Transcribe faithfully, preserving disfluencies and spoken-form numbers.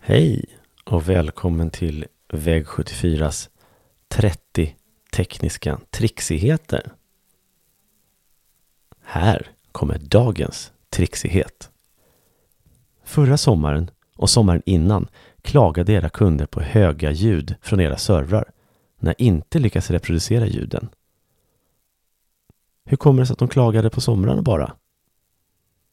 Hej och välkommen till Väg sjuttiofyras trettio tekniska trixigheter. Här kommer dagens trixighet. Förra sommaren och sommaren innan klagade era kunder på höga ljud från era servrar när inte lyckas reproducera ljuden. Hur kommer det sig att de klagade på somrarna bara?